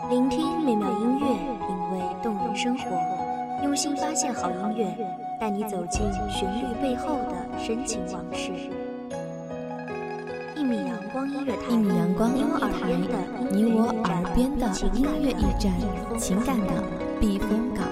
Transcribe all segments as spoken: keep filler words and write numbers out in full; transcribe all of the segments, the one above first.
聆听美妙音乐，品味动人生活，用心发现好音乐，带你走进旋律背后的深情往事。一米阳光音乐台， 一米阳光音乐台，你我耳边的音乐驿站，情感的避风港。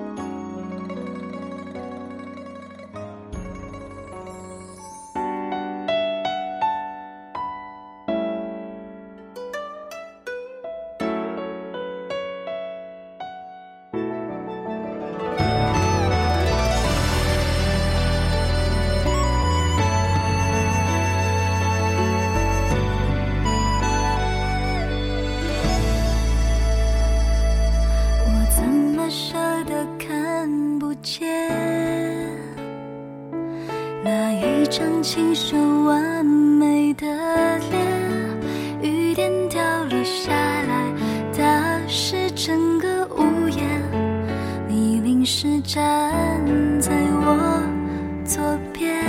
张清秀完美的脸，雨点掉落下来，打湿整个屋檐。你淋湿站在我左边，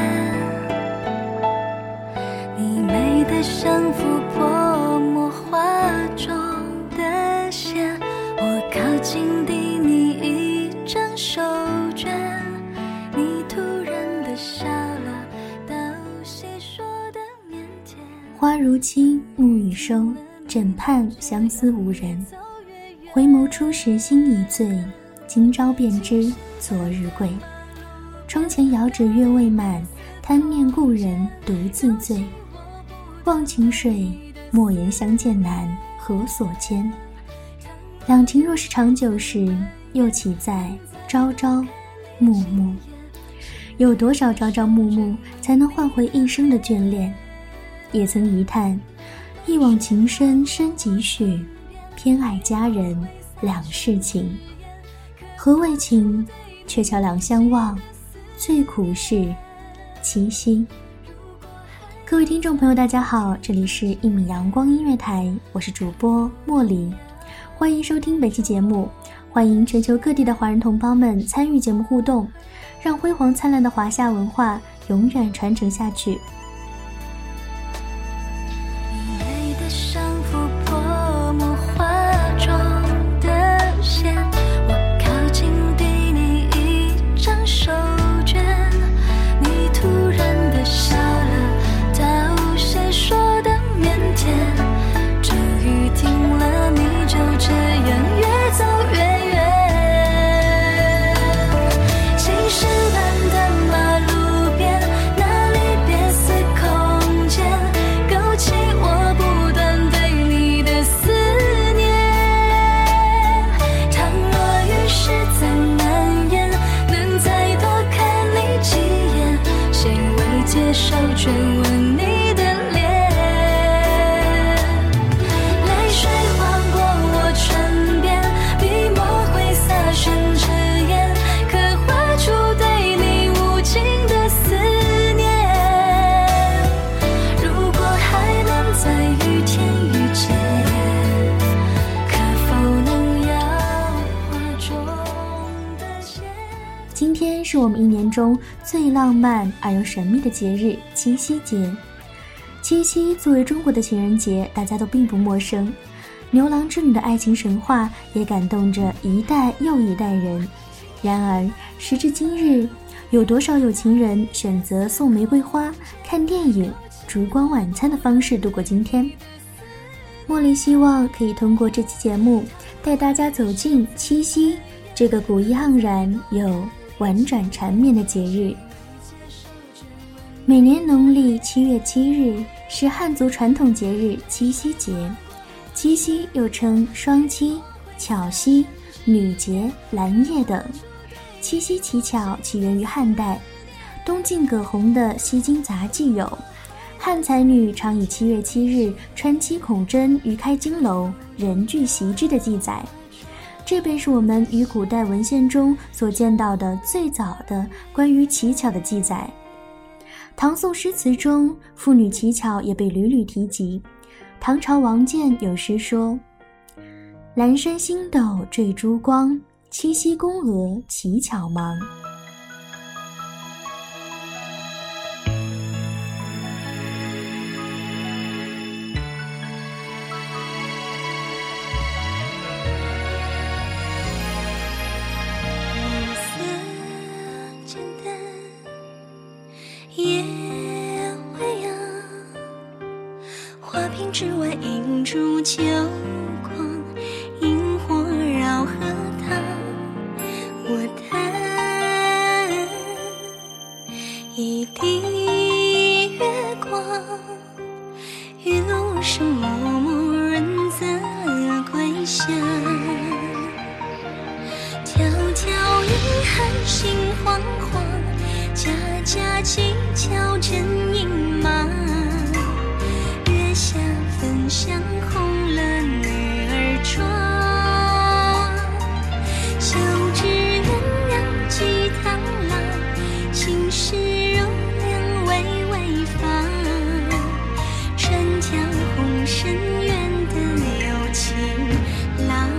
你美得像幅泼墨画中的线。我靠近递你一张手绢，你突然的笑了。 花如期，暮雨收，枕畔相思无人。回眸初时心已醉，今朝便知昨日归。窗前遥指月未满，贪念故人独自醉。忘情水，莫言相见难，何所牵？两情若是长久时，又岂在朝朝暮暮？有多少朝朝暮暮，才能换回一生的眷恋？也曾一叹，一往情深深几许，偏爱佳人两世情。何谓情？鹊桥两相望，最苦是七夕。各位听众朋友大家好，这里是一米阳光音乐台，我是主播茉莉，欢迎收听本期节目，欢迎全球各地的华人同胞们参与节目互动，让辉煌灿烂的华夏文化永远传承下去。今天是我们一年中最浪漫而又神秘的节日——七夕节。七夕作为中国的情人节，大家都并不陌生。牛郎织女的爱情神话也感动着一代又一代人。然而，时至今日，有多少有情人选择送玫瑰花、看电影、烛光晚餐的方式度过今天？茉莉希望可以通过这期节目，带大家走进七夕这个古意盎然又婉转缠绵的节日。每年农历七月七日是汉族传统节日七夕节，七夕又称双七、巧夕、女节、蓝夜等。七夕乞巧起源于汉代，东晋葛洪的《西京杂记》有汉才女常以七月七日穿七孔针于开金楼，人俱习之的记载。这便是我们于古代文献中所见到的最早的关于乞巧的记载。唐宋诗词中，妇女乞巧也被屡屡提及。唐朝王建有诗说：阑珊星斗缀珠光，七夕宫娥乞巧忙。 花瓶之外映出秋光，萤火绕荷塘，我弹一滴月光，雨露声默默润泽归乡，迢迢云汉心惶惶，家家乞巧真隐瞒，月下焚香红了女儿妆，修枝鸳鸯寄螳螂，心事柔凉微微放，穿江红深远的有情郎。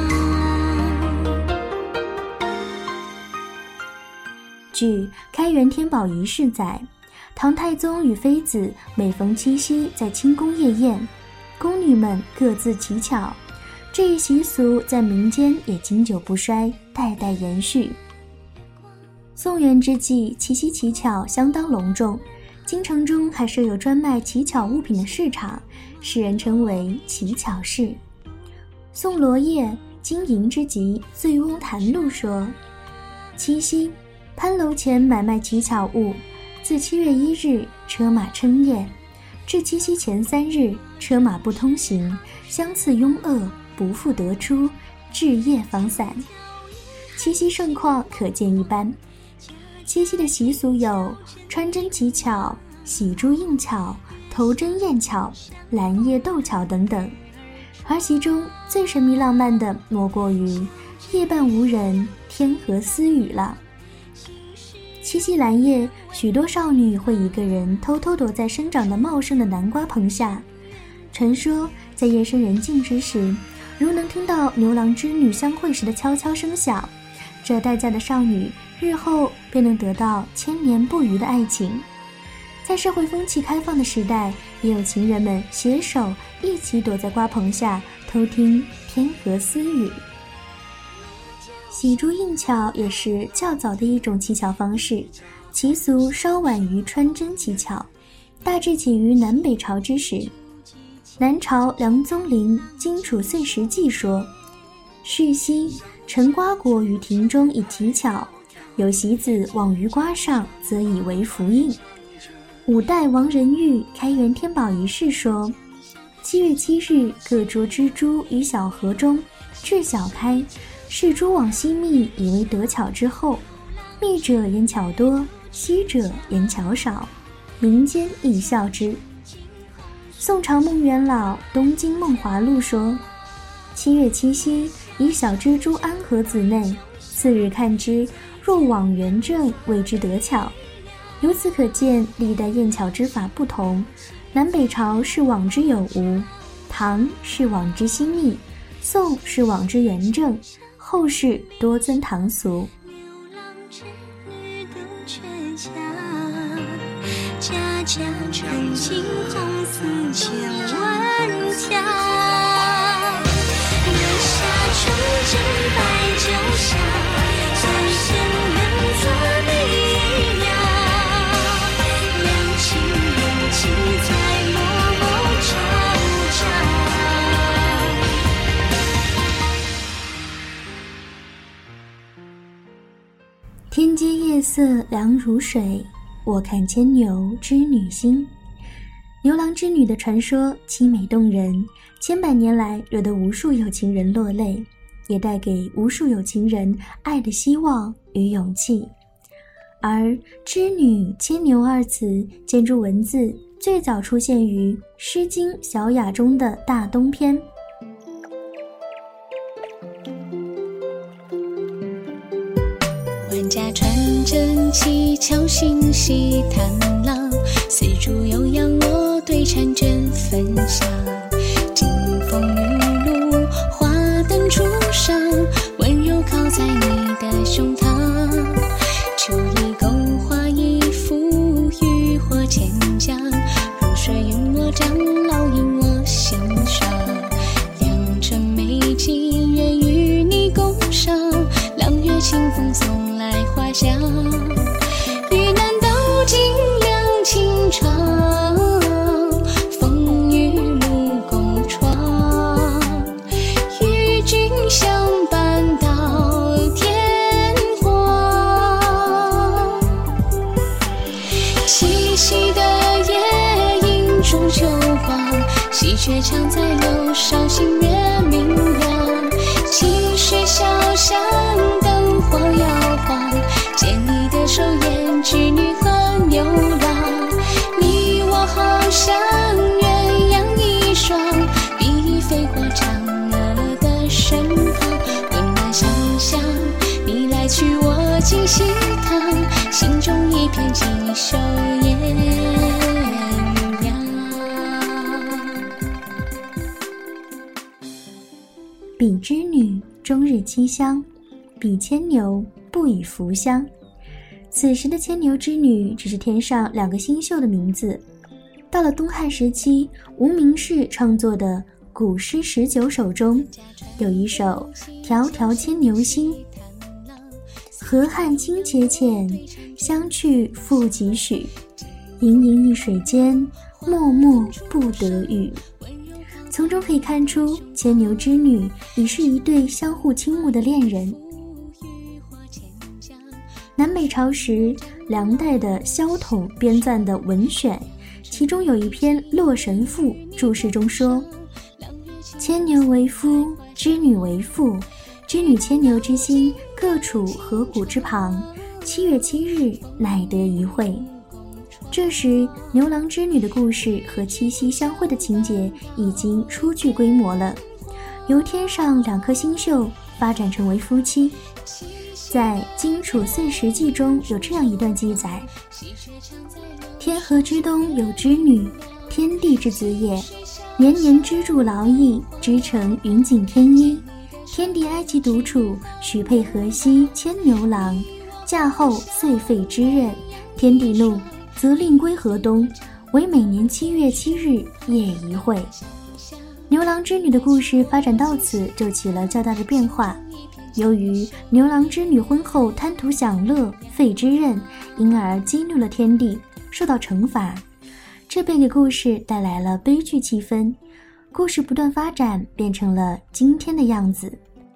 据开元天宝遗事载，唐太宗与妃子每逢七夕在清宫夜宴，宫女们各自乞巧，这一习俗在民间也经久不衰，代代延续。宋元之际，七夕乞巧相当隆重，京城中还设有专卖乞巧物品的市场，世人称为乞巧市。宋罗烨经营之集《醉翁谈录》说，七夕潘楼前买卖乞巧物，自七月一日车马称夜，至七夕前三日车马不通行，相次拥扼，不复得出，至夜方散。七夕盛况可见一斑。七夕的习俗有穿针乞巧、喜珠应巧、投针验巧、蓝叶斗巧等等，而其中最神秘浪漫的莫过于夜半无人，天河私语了。七夕蓝夜，许多少女会一个人偷偷躲在生长得茂盛的南瓜棚下。传说在夜深人静之时，如能听到牛郎织女相会时的悄悄声响，这待嫁的少女日后便能得到千年不渝的爱情。在社会风气开放的时代，也有情人们携手一起躲在瓜棚下偷听天河私语。喜珠应巧也是较早的一种乞巧方式，习俗稍晚于穿针乞巧，大致起于南北朝之时。南朝梁宗麟《荆楚岁时记》说，世夕陈瓜果于庭中以乞巧，有喜子往于瓜上，则以为福应。五代王仁玉《开元天宝遗事》说，七月七日各捉蜘蛛于小河中，至小开，是蛛网悉密，以为得巧之后，密者言巧多，稀者言巧少，民间亦笑之。宋朝孟元老《东京梦华录》说，七月七夕，以小蜘蛛安河子内，次日看之，若网圆正，谓之得巧。由此可见，历代验巧之法不同，南北朝是网之有无，唐是网之新密，宋是网之圆正，后世多增唐俗。 牛郎织女独鹊桥，家家穿金红丝千万条。月下纯真白酒香，三弦愿作美妙。两情缘起在默默朝朝。 天阶夜色凉如水，我看牵牛织女心。牛郎织女的传说凄美动人，千百年来惹得无数有情人落泪，也带给无数有情人爱的希望与勇气。而织女牵牛二词建筑文字最早出现于《诗经·小雅》中的大东篇。 万家穿针乞巧，心系螳螂，丝竹悠扬，我对婵娟分享。金风玉露，花灯初上，温柔靠在你的胸膛。秋意勾画一幅渔火千江，如水云墨长烙印我心上。良辰美景愿与你共赏，朗月清风送来花香。遇难道尽两情长，风雨却常在流，伤心越明亮。情绪小巷，灯火摇晃，牵你的手，胭织女和牛郎。你我好像鸳鸯一双，比飞过嫦娥的身旁。温暖想象，你来娶我进喜堂，心中一片锦绣艳阳。 比织女终日栖香，比牵牛不以服香。此时的牵牛织女只是添上两个星宿的名字。到了东汉时期，无名氏创作的古诗十九首中，有一首《迢迢牵牛星》：河汉清且浅，相去复几许？盈盈一水间，脉脉不得语。从中可以看出，牵牛织女已是一对相互倾慕的恋人。南北朝时，梁代的萧统编撰的文选，其中有一篇《洛神赋》注释中说：牵牛为夫，织女为妇，织女牵牛之心，各处河谷之旁，七月七日，乃得一会。这时牛郎织女的故事和七夕相会的情节已经初具规模了，由天上两颗星宿发展成为夫妻。在《荆楚岁时记》中有这样一段记载：天河之东有织女，天地之子也，年年织筑劳役，织成云锦天衣。天帝埃及独处，许配河西牵牛郎，嫁后遂废之任。天帝怒，责令归河东，为每年七月七日夜一会。牛郎织女的故事发展到此就起了较大的变化。由于牛郎织女婚后贪图享乐，废之任，因而激怒了天帝，受到惩罚，这便给故事带来了悲剧气氛。故事不断发展，变成了今天的样子。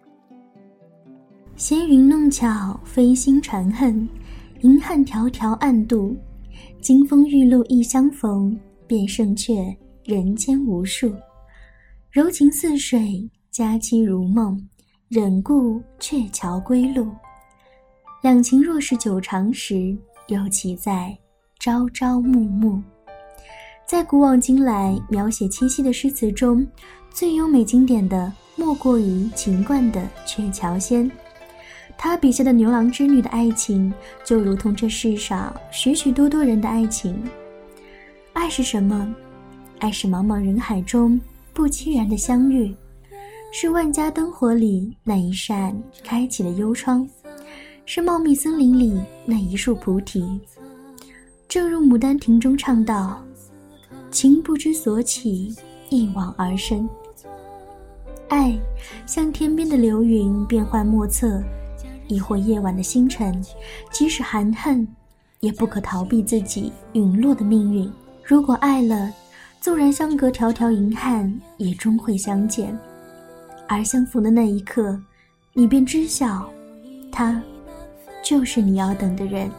纤云弄巧，飞星传恨，银汉迢迢暗度。金风玉露一相逢，便胜却人间无数。柔情似水，佳期如梦，忍顾鹊桥归路。两情若是久长时，又岂在朝朝暮暮。在古往今来描写七夕的诗词中，最优美经典的莫过于秦观的《鹊桥仙》。他笔下的牛郎织女的爱情，就如同这世上许许多多人的爱情。爱是什么？爱是茫茫人海中不期然的相遇，是万家灯火里那一扇开启的幽窗，是茂密森林里那一树菩提。正如《牡丹亭》中唱道：情不知所起，一往而深。爱像天边的流云，变幻莫测，亦或夜晚的星辰，即使含恨，也不可逃避自己陨落的命运。如果爱了，纵然相隔迢迢银汉，也终会相见。而相逢的那一刻，你便知晓，他就是你要等的人。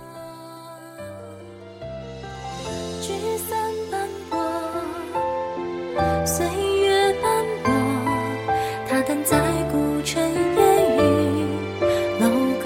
聚散斑驳，岁月斑驳，他等在古城烟雨楼阁。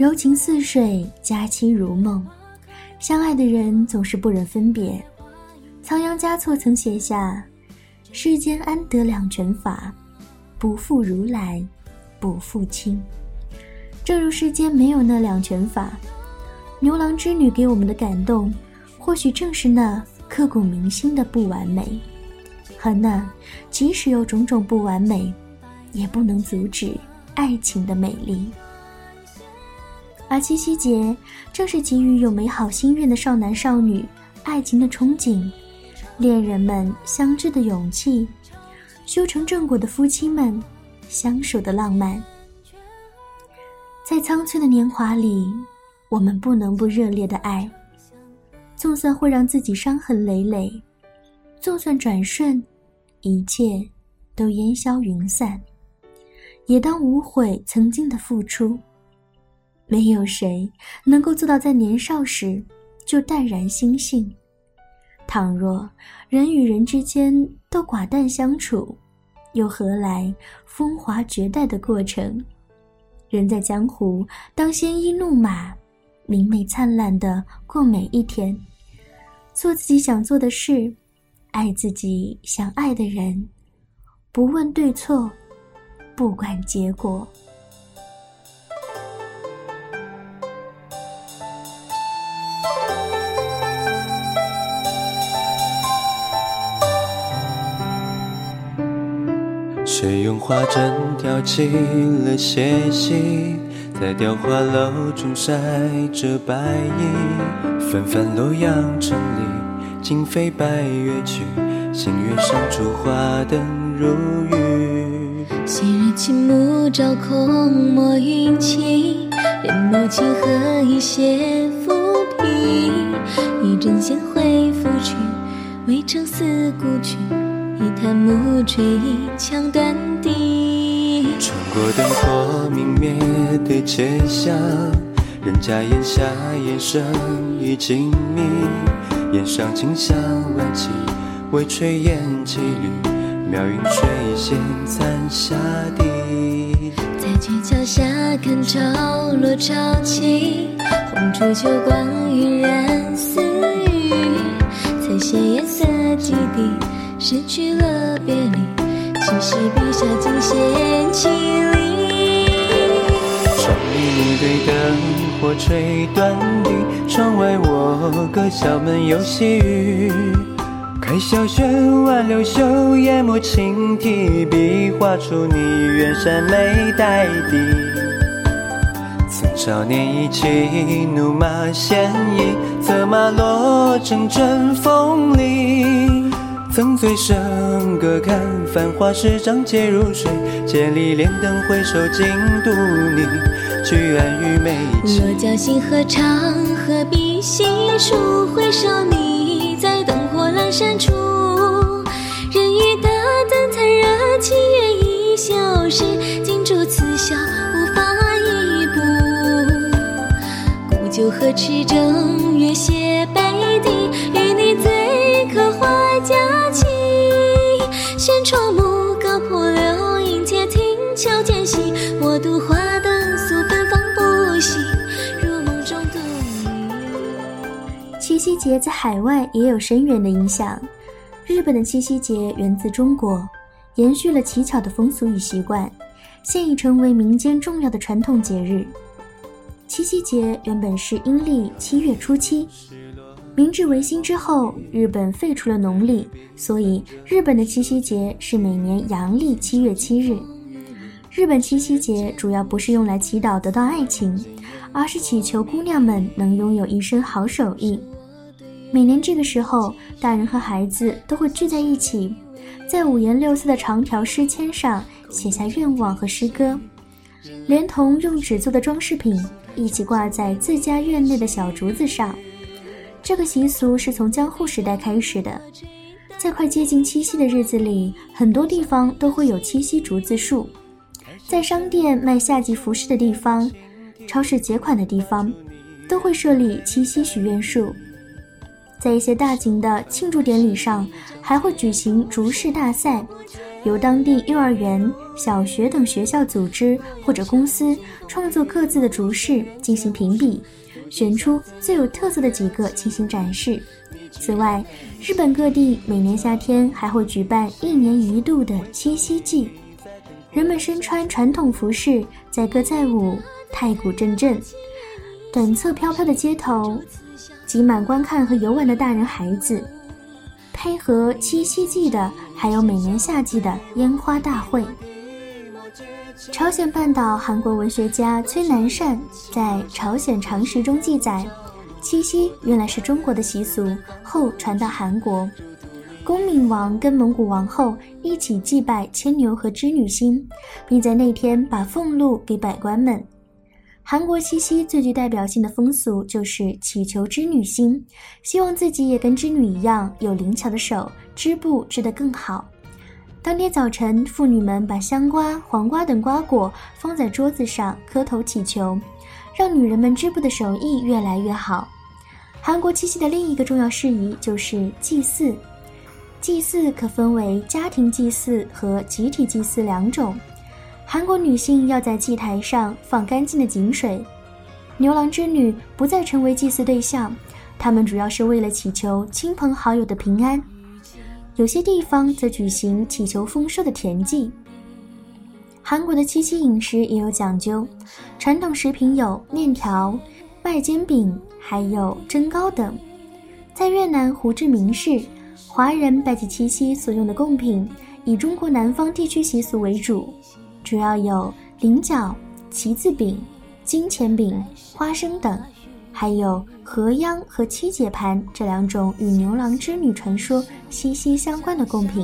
柔情似水，佳期如梦。相爱的人总是不忍分别。仓央嘉措曾写下：世间安得两全法，不负如来，不负卿。正如世间没有那两全法，牛郎织女给我们的感动，或许正是那刻骨铭心的不完美，和那即使有种种不完美，也不能阻止爱情的美丽。而七夕节正是给予有美好心愿的少男少女爱情的憧憬，恋人们相知的勇气，修成正果的夫妻们相守的浪漫。在苍翠的年华里，我们不能不热烈的爱，纵算会让自己伤痕累累，就算转瞬一切都烟消云散，也当无悔曾经的付出。没有谁能够做到在年少时就淡然心性。倘若人与人之间都寡淡相处，又何来风华绝代的过程？人在江湖，当鲜衣怒马，明媚灿烂地过每一天，做自己想做的事，爱自己想爱的人，不问对错，不管结果。 谁用花针挑起了斜隙，在雕花楼中晒着白衣，纷繁洛阳城里，今非白月去，星月上烛花灯如雨。 昔日青木照空墨云起，人眸清河一斜浮萍，一阵闲回拂去，渭城思故去，一潭暮垂一腔断笛。 穿过灯火明灭的街巷，人家檐下眼神已静谧，檐上清香万起，微炊烟几缕，妙云水仙残下地。 在鹊桥下看潮落潮起，红烛秋光晕染似雨，彩斜颜色几滴，失去了别离，七夕笔下尽显凄厉。 窗里对灯火吹断笛，窗外我隔小门有细雨。开小轩挽柳袖，研墨轻提笔，画出你远山眉黛底。曾少年意气，怒马鲜衣，策马落成阵风里。曾醉生隔看繁华十丈皆入水，千里莲灯回首尽独你，举案与美琪。 落脚星河长，何必细数，回首你在灯火阑珊处。人语大灯残热，七月已消逝，金烛此宵无法一步。古酒何持正月斜白堤，与你醉客怀佳期。轩窗幕隔破流，映阶听桥间隙，我独花灯素芬芳不息，如梦中独语。 七夕节在海外也有深远的影响。日本的七夕节源自中国，延续了乞巧的风俗与习惯，现已成为民间重要的传统节日。七夕节原本是阴历七月初七，明治维新之后，日本废除了农历，所以日本的七夕节是每年阳历七月七日。日本七夕节主要不是用来祈祷得到爱情，而是祈求姑娘们能拥有一身好手艺。每年这个时候，大人和孩子都会聚在一起，在五颜六色的长条诗签上写下愿望和诗歌，连同用纸做的装饰品一起挂在自家院内的小竹子上。这个习俗是从江户时代开始的。在快接近七夕的日子里，很多地方都会有七夕竹子树，在商店卖夏季服饰的地方，超市结款的地方，都会设立七夕许愿树。在一些大型的庆祝典礼上，还会举行竹式大赛， 由当地幼儿园、小学等学校组织或者公司创作各自的竹饰进行评比，选出最有特色的几个进行展示。此外，日本各地每年夏天还会举办一年一度的七夕祭，人们身穿传统服饰，载歌载舞，太鼓阵阵，短侧飘飘的街头，挤满观看和游玩的大人孩子。配合七夕祭的还有每年夏季的烟花大会。朝鲜半岛韩国文学家崔南善在《朝鲜常识》中记载，七夕原来是中国的习俗，后传到韩国。恭闵王跟蒙古王后一起祭拜牵牛和织女星，并在那天把俸禄给百官们。韩国七夕最具代表性的风俗就是祈求织女星，希望自己也跟织女一样有灵巧的手，织布织得更好。当天早晨，妇女们把香瓜、黄瓜等瓜果放在桌子上，磕头祈求，让女人们织布的手艺越来越好。韩国七夕的另一个重要事宜就是祭祀。祭祀可分为家庭祭祀和集体祭祀两种。韩国女性要在祭台上放干净的井水，牛郎织女不再成为祭祀对象，他们主要是为了祈求亲朋好友的平安。有些地方则举行祈求丰收的田祭。韩国的七夕饮食也有讲究，传统食品有面条、麦煎饼，还有蒸糕等。在越南胡志明市，华人拜祭七夕所用的贡品以中国南方地区习俗为主，主要有菱角、旗子饼、金钱饼、花生等，还有河秧和七节盘这两种与牛郎织女传说息息相关的贡品。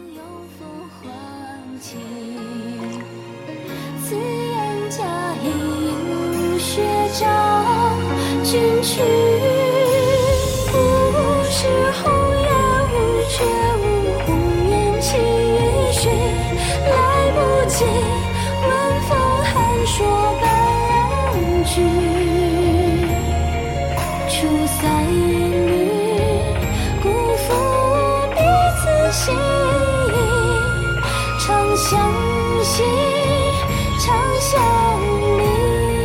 此言佳音学长君去，不是红颜无却无红颜弃于水，来不及闻风寒说半句，出塞女辜负彼此心意，长相惜长相离。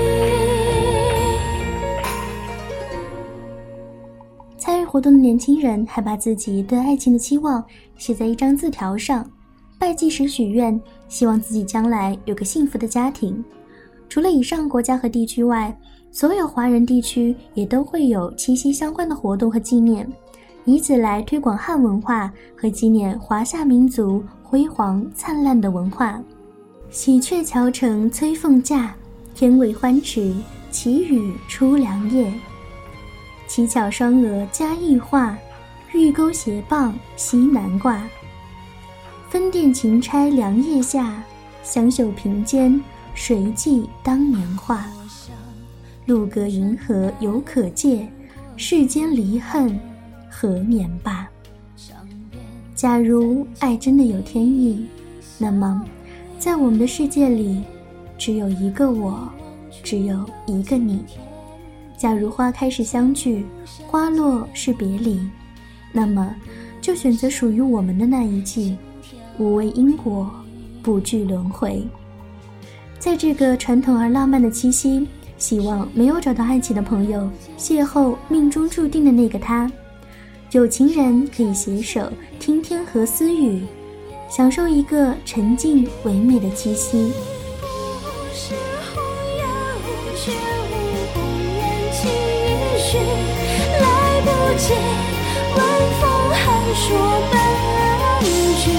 参与活动的年轻人还把自己对爱情的期望写在一张字条上，拜祭时许愿，希望自己将来有个幸福的家庭。除了以上国家和地区外，所有华人地区也都会有七夕相关的活动和纪念，以此来推广汉文化和纪念华夏民族辉煌灿烂的文化。喜鹊桥城催凤驾，天未欢池，祈雨出良夜。七巧双蛾加异画，玉钩斜傍西南挂。分殿琴钗凉夜下，香袖屏间谁记当年话。路隔银河犹可借，世间离恨何年罢。假如爱真的有天意，那么在我们的世界里只有一个我，只有一个你。假如花开是相聚，花落是别离，那么就选择属于我们的那一季，无畏因果，不惧轮回。在这个传统而浪漫的七夕，希望没有找到爱情的朋友邂逅命中注定的那个他。有情人可以携手听天河私语，享受一个沉静唯美的七夕。 不是红颜无却无红颜弃于水，来不及闻风寒说半句，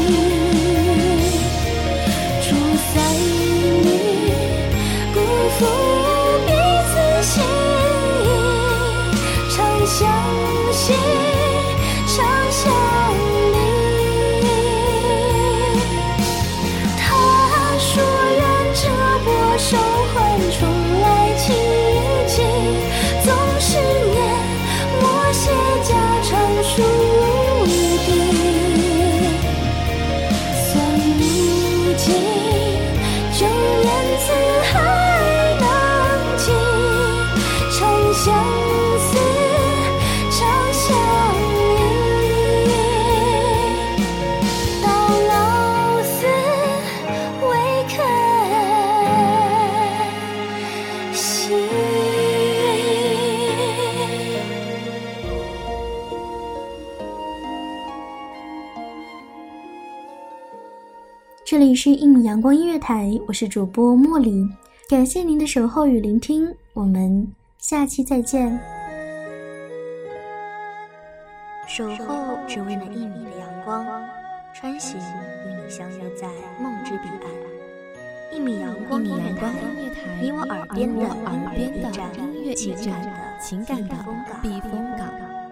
出塞女辜负彼此心意，长相惜长相离。他说愿这波手环重来奇迹，总是念我写家常书底，算如今旧年字还能记，长相思长相依，到老死里是一米阳光音乐台，我是主播茉莉，感谢您的守候与聆听，我们下期再见。 守候只为那一米的阳光，穿行与你相约在梦之彼岸。一米阳光音乐台，你我耳边的音乐驿站，情感的情感的避风港。